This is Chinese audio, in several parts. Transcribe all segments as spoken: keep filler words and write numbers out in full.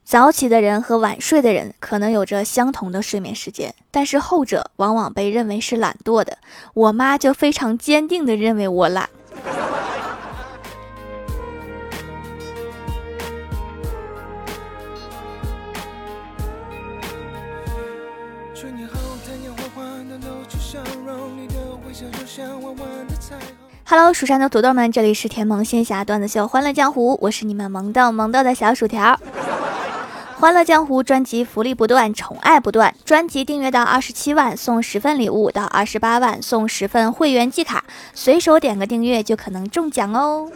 早起的人和晚睡的人可能有着相同的睡眠时间，但是后者往往被认为是懒惰的。我妈就非常坚定地认为我懒。Hello， 蜀山的土豆们，这里是甜萌仙侠段子秀欢乐江湖，我是你们萌豆萌豆的小薯条。欢乐江湖专辑福利不断，宠爱不断，专辑订阅到二十七万送十份礼物，到二十八万送十份会员季卡，随手点个订阅就可能中奖哦。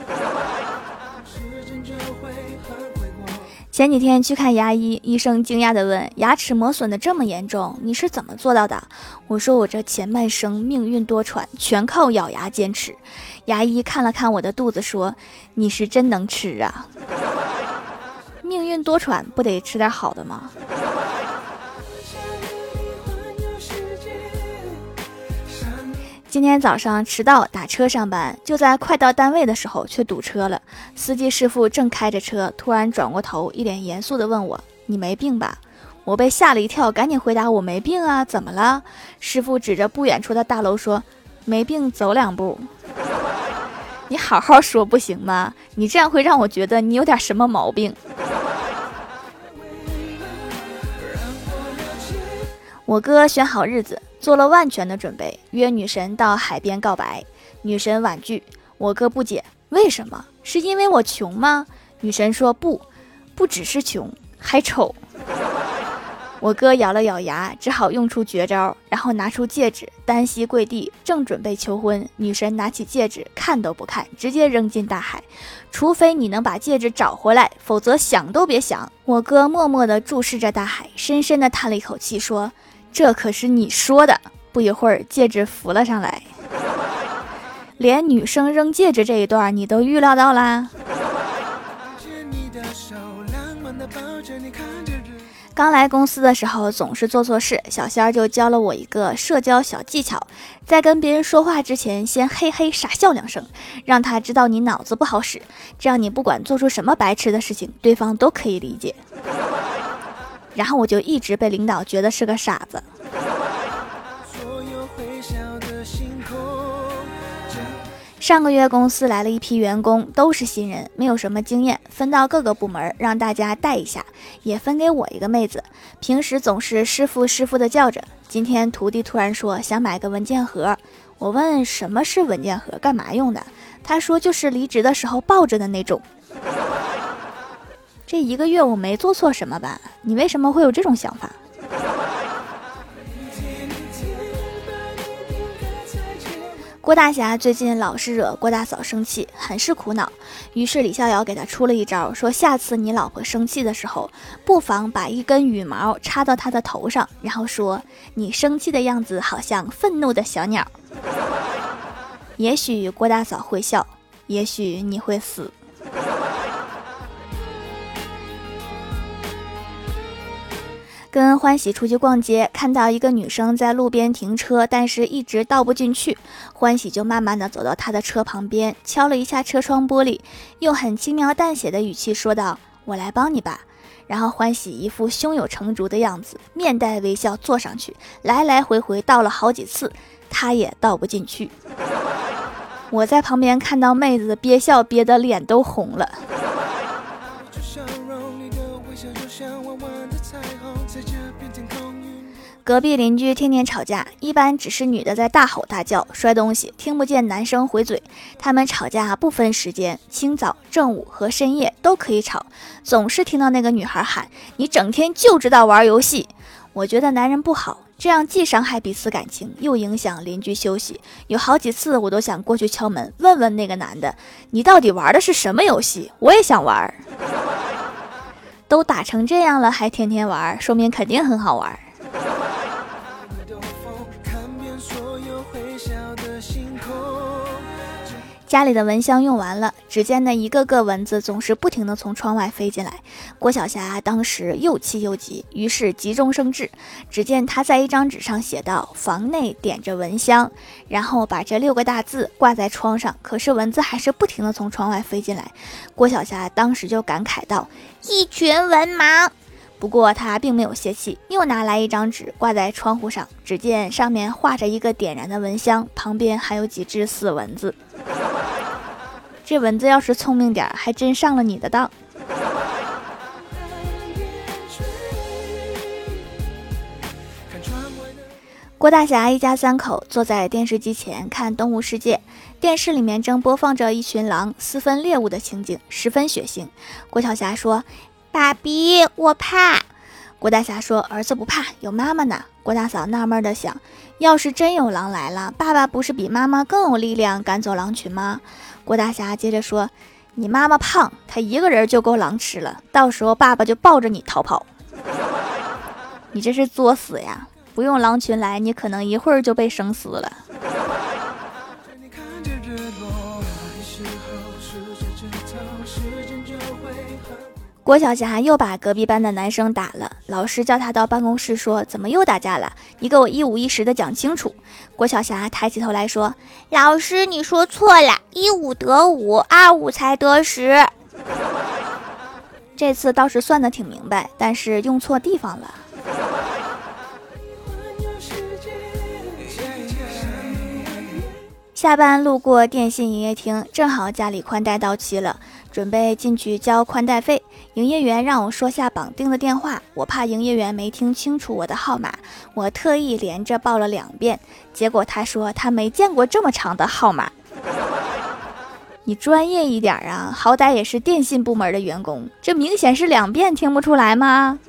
前几天去看牙医，医生惊讶地问：牙齿磨损的这么严重，你是怎么做到的？我说我这前半生命运多舛，全靠咬牙坚持。牙医看了看我的肚子说：你是真能吃啊。命运多舛不得吃点好的吗？今天早上迟到打车上班，就在快到单位的时候却堵车了。司机师傅正开着车，突然转过头，一脸严肃地问我：你没病吧？我被吓了一跳，赶紧回答：我没病啊，怎么了？师傅指着不远处的大楼说：没病走两步。你好好说不行吗？你这样会让我觉得你有点什么毛病。我哥选好日子，做了万全的准备，约女神到海边告白。女神婉拒，我哥不解，为什么？是因为我穷吗？女神说不，不只是穷，还丑。我哥咬了咬牙，只好用出绝招，然后拿出戒指，单膝跪地，正准备求婚。女神拿起戒指，看都不看，直接扔进大海。除非你能把戒指找回来，否则想都别想。我哥默默地注视着大海，深深地叹了一口气，说：这可是你说的。不一会儿，戒指浮了上来。连女生扔戒指这一段你都预料到啦。刚来公司的时候总是做错事，小仙儿就教了我一个社交小技巧，在跟别人说话之前先嘿嘿傻笑两声，让他知道你脑子不好使，这样你不管做出什么白痴的事情，对方都可以理解。然后我就一直被领导觉得是个傻子。上个月公司来了一批员工，都是新人，没有什么经验，分到各个部门让大家带一下，也分给我一个妹子，平时总是师傅师傅的叫着。今天徒弟突然说想买个文件盒，我问什么是文件盒，干嘛用的？他说就是离职的时候抱着的那种。这一个月我没做错什么吧？你为什么会有这种想法？郭大侠最近老是惹郭大嫂生气，很是苦恼。于是李逍遥给他出了一招，说下次你老婆生气的时候，不妨把一根羽毛插到她的头上，然后说你生气的样子好像愤怒的小鸟。也许郭大嫂会笑，也许你会死。跟欢喜出去逛街，看到一个女生在路边停车，但是一直倒不进去。欢喜就慢慢的走到她的车旁边，敲了一下车窗玻璃，用很轻描淡写的语气说道：我来帮你吧。然后欢喜一副胸有成竹的样子，面带微笑坐上去，来来回回倒了好几次，她也倒不进去。我在旁边看到妹子憋笑憋得脸都红了。隔壁邻居天天吵架，一般只是女的在大吼大叫摔东西，听不见男生回嘴。他们吵架不分时间，清早正午和深夜都可以吵，总是听到那个女孩喊你整天就知道玩游戏。我觉得男人不好，这样既伤害彼此感情，又影响邻居休息。有好几次我都想过去敲门问问那个男的，你到底玩的是什么游戏，我也想玩。都打成这样了还天天玩，说明肯定很好玩。家里的蚊香用完了，只见那一个个蚊子总是不停地从窗外飞进来。郭晓霞当时又气又急，于是急中生智，只见他在一张纸上写道：房内点着蚊香，然后把这六个大字挂在窗上。可是蚊子还是不停地从窗外飞进来。郭晓霞当时就感慨道：一群文盲。 不过他并没有泄气，又拿来一张纸挂在窗户上，只见上面画着一个点燃的蚊香，旁边还有几只死蚊子。这蚊子要是聪明点，还真上了你的当。郭大侠一家三口坐在电视机前看《动物世界》，电视里面正播放着一群狼私分猎物的情景，十分血腥。郭晓霞说：“爸比，我怕。”郭大侠说：“儿子不怕，有妈妈呢。”郭大嫂纳闷的想：要是真有狼来了，爸爸不是比妈妈更有力量赶走狼群吗？郭大侠接着说：“你妈妈胖，她一个人就够狼吃了，到时候爸爸就抱着你逃跑。”你这是作死呀！不用狼群来，你可能一会儿就被生死了。郭晓霞又把隔壁班的男生打了，老师叫他到办公室说：“怎么又打架了？你给我一五一十的讲清楚。”郭晓霞抬起头来说：“老师，你说错了，一五得五，二五才得十。”这次倒是算得挺明白，但是用错地方了。下班路过电信营业厅，正好家里宽带到期了，准备进去交宽带费。营业员让我说下绑定的电话，我怕营业员没听清楚我的号码，我特意连着报了两遍，结果他说他没见过这么长的号码。你专业一点啊，好歹也是电信部门的员工，这明显是两遍，听不出来吗？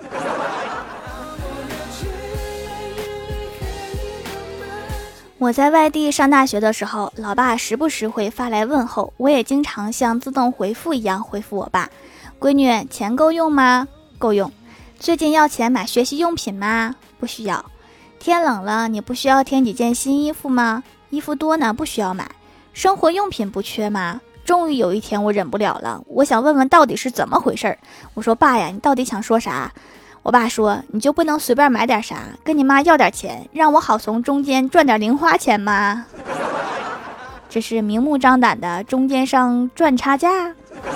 我在外地上大学的时候，老爸时不时会发来问候，我也经常像自动回复一样回复我爸：“闺女，钱够用吗？够用。最近要钱买学习用品吗？不需要。天冷了，你不需要添几件新衣服吗？衣服多呢，不需要买。生活用品不缺吗？”终于有一天我忍不了了，我想问问到底是怎么回事。我说：“爸呀，你到底想说啥？”我爸说：“你就不能随便买点啥，跟你妈要点钱，让我好从中间赚点零花钱吗？”这是明目张胆的中间商赚差价。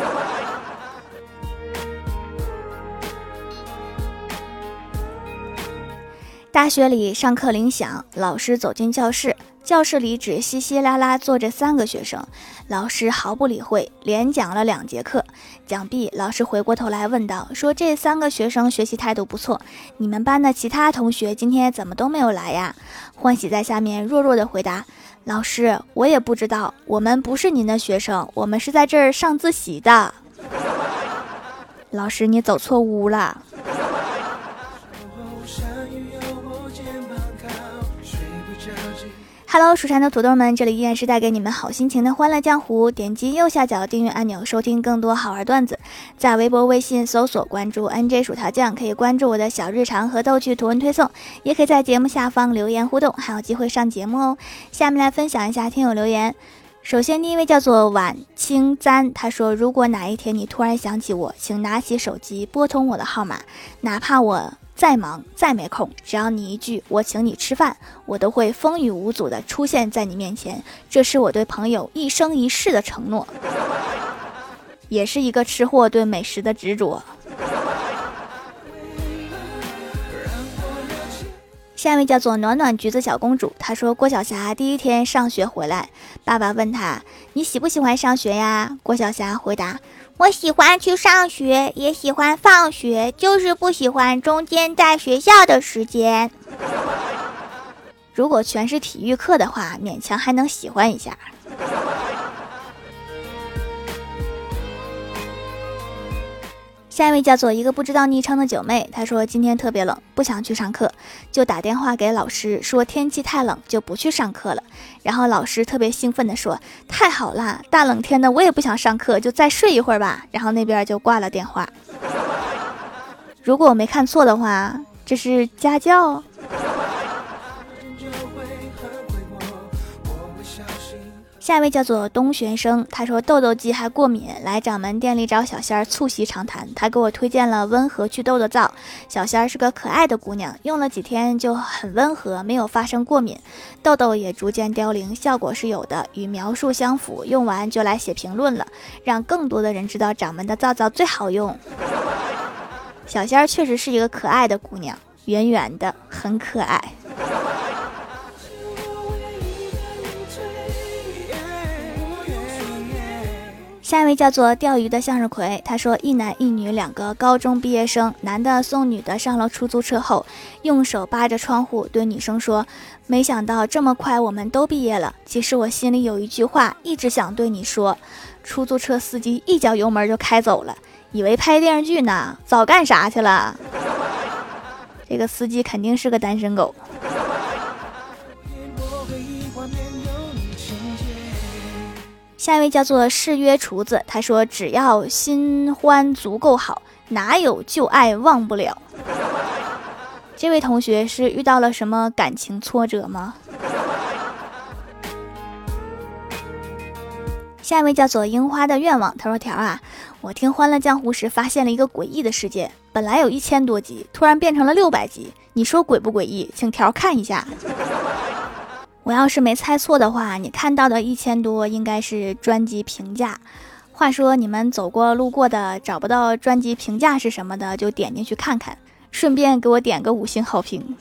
大学里上课铃响，老师走进教室，教室里只稀稀拉拉坐着三个学生，老师毫不理会，连讲了两节课。讲毕，老师回过头来问道：“说这三个学生学习态度不错，你们班的其他同学今天怎么都没有来呀？”欢喜在下面弱弱的回答：“老师，我也不知道，我们不是您的学生，我们是在这儿上自习的。”老师，你走错屋了。Hello， 蜀山的土豆们，这里依然是带给你们好心情的欢乐江湖。点击右下角订阅按钮，收听更多好玩段子。在微博、微信搜索关注 N J 薯条酱，可以关注我的小日常和逗趣图文推送，也可以在节目下方留言互动，还有机会上节目哦。下面来分享一下听友留言。首先第一位叫做晚清簪，他说：“如果哪一天你突然想起我，请拿起手机拨通我的号码，哪怕我再忙再没空，只要你一句我请你吃饭，我都会风雨无阻地出现在你面前，这是我对朋友一生一世的承诺。”也是一个吃货对美食的执着。下一位叫做暖暖橘子小公主，她说郭晓霞第一天上学回来，爸爸问她：“你喜不喜欢上学呀？”郭晓霞回答：“我喜欢去上学，也喜欢放学，就是不喜欢中间在学校的时间。”如果全是体育课的话，勉强还能喜欢一下。下一位叫做一个不知道昵称的九妹，她说今天特别冷，不想去上课，就打电话给老师说天气太冷就不去上课了。然后老师特别兴奋地说：“太好啦，大冷天的我也不想上课，就再睡一会儿吧。”然后那边就挂了电话。如果我没看错的话，这是家教。下一位叫做东玄生，他说痘痘肌还过敏，来掌门店里找小仙儿促膝长谈，他给我推荐了温和祛痘的皂。小仙儿是个可爱的姑娘，用了几天就很温和，没有发生过敏，痘痘也逐渐凋零，效果是有的，与描述相符。用完就来写评论了，让更多的人知道掌门的皂皂最好用。 小仙儿确实是一个可爱的姑娘，圆圆的，很可爱。下一位叫做钓鱼的向日葵，他说一男一女两个高中毕业生，男的送女的上了出租车后，用手扒着窗户对女生说，没想到这么快我们都毕业了，其实我心里有一句话一直想对你说。出租车司机一脚油门就开走了，以为拍电视剧呢，早干啥去了？这个司机肯定是个单身狗。下一位叫做誓约厨子，他说只要新欢足够好，哪有旧爱忘不了。这位同学是遇到了什么感情挫折吗？下一位叫做樱花的愿望，他说条啊，我听欢乐江湖时发现了一个诡异的事件，本来有一千多集，突然变成了六百集，你说诡不诡异？请条看一下。我要是没猜错的话，你看到的一千多应该是专辑评价。话说你们走过路过的找不到专辑评价是什么的，就点进去看看，顺便给我点个五星好评。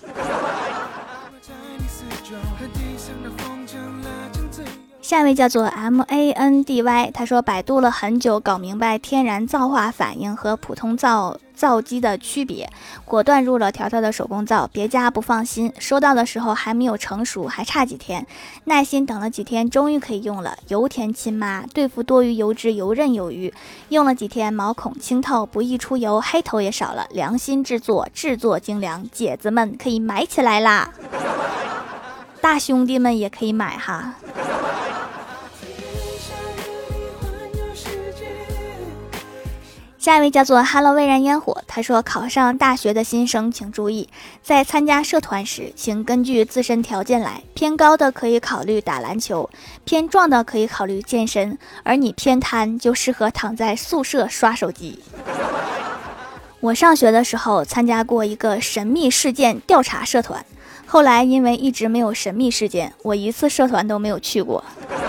下一位叫做 M A N D Y， 他说百度了很久，搞明白天然皂化反应和普通皂皂基的区别，果断入了条条的手工皂，别家不放心，收到的时候还没有成熟，还差几天，耐心等了几天，终于可以用了，油甜亲妈，对付多余油脂游刃有余，用了几天毛孔清透，不易出油，黑头也少了，良心制作，制作精良，姐子们可以买起来啦，大兄弟们也可以买哈。下一位叫做 Hello 蔚然烟火，他说考上大学的新生请注意，在参加社团时请根据自身条件来，偏高的可以考虑打篮球，偏壮的可以考虑健身，而你偏瘫就适合躺在宿舍刷手机。我上学的时候参加过一个神秘事件调查社团，后来因为一直没有神秘事件，我一次社团都没有去过。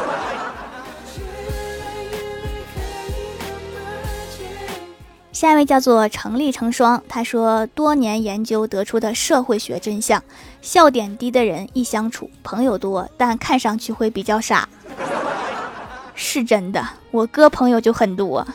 下一位叫做成立成双，他说多年研究得出的社会学真相，笑点低的人易相处，朋友多但看上去会比较傻。是真的，我哥朋友就很多。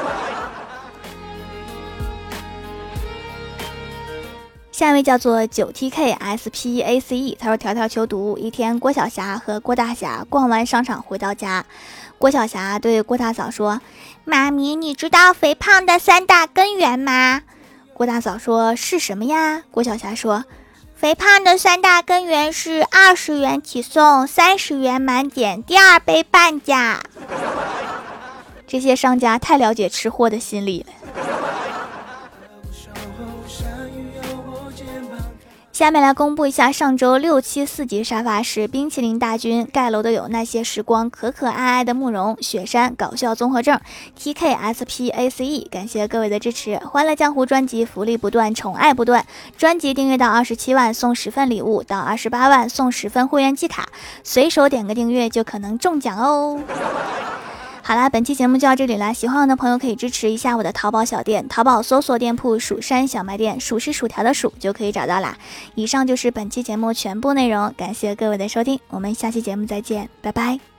下一位叫做 九 T K S P A C E， 他说条条求读。一天郭晓霞和郭大侠逛完商场回到家，郭晓霞对郭大嫂说，妈咪，你知道肥胖的三大根源吗？郭大嫂说，是什么呀？郭晓霞说，肥胖的三大根源是二十元起送，三十元满减，第二杯半价。这些商家太了解吃货的心理了。下面来公布一下上周六七四级沙发是冰淇淋大军，盖楼的有那些时光、可可爱爱的慕容、雪山、搞笑综合症、T K S P A C E， 感谢各位的支持。欢乐江湖专辑福利不断，宠爱不断，专辑订阅到二十七万送十份礼物，到二十八万送十份会员季卡，随手点个订阅就可能中奖哦。好啦，本期节目就到这里啦，喜欢我的朋友可以支持一下我的淘宝小店，淘宝搜索店铺蜀山小卖店，蜀是薯条的蜀就可以找到啦。以上就是本期节目全部内容，感谢各位的收听，我们下期节目再见，拜拜。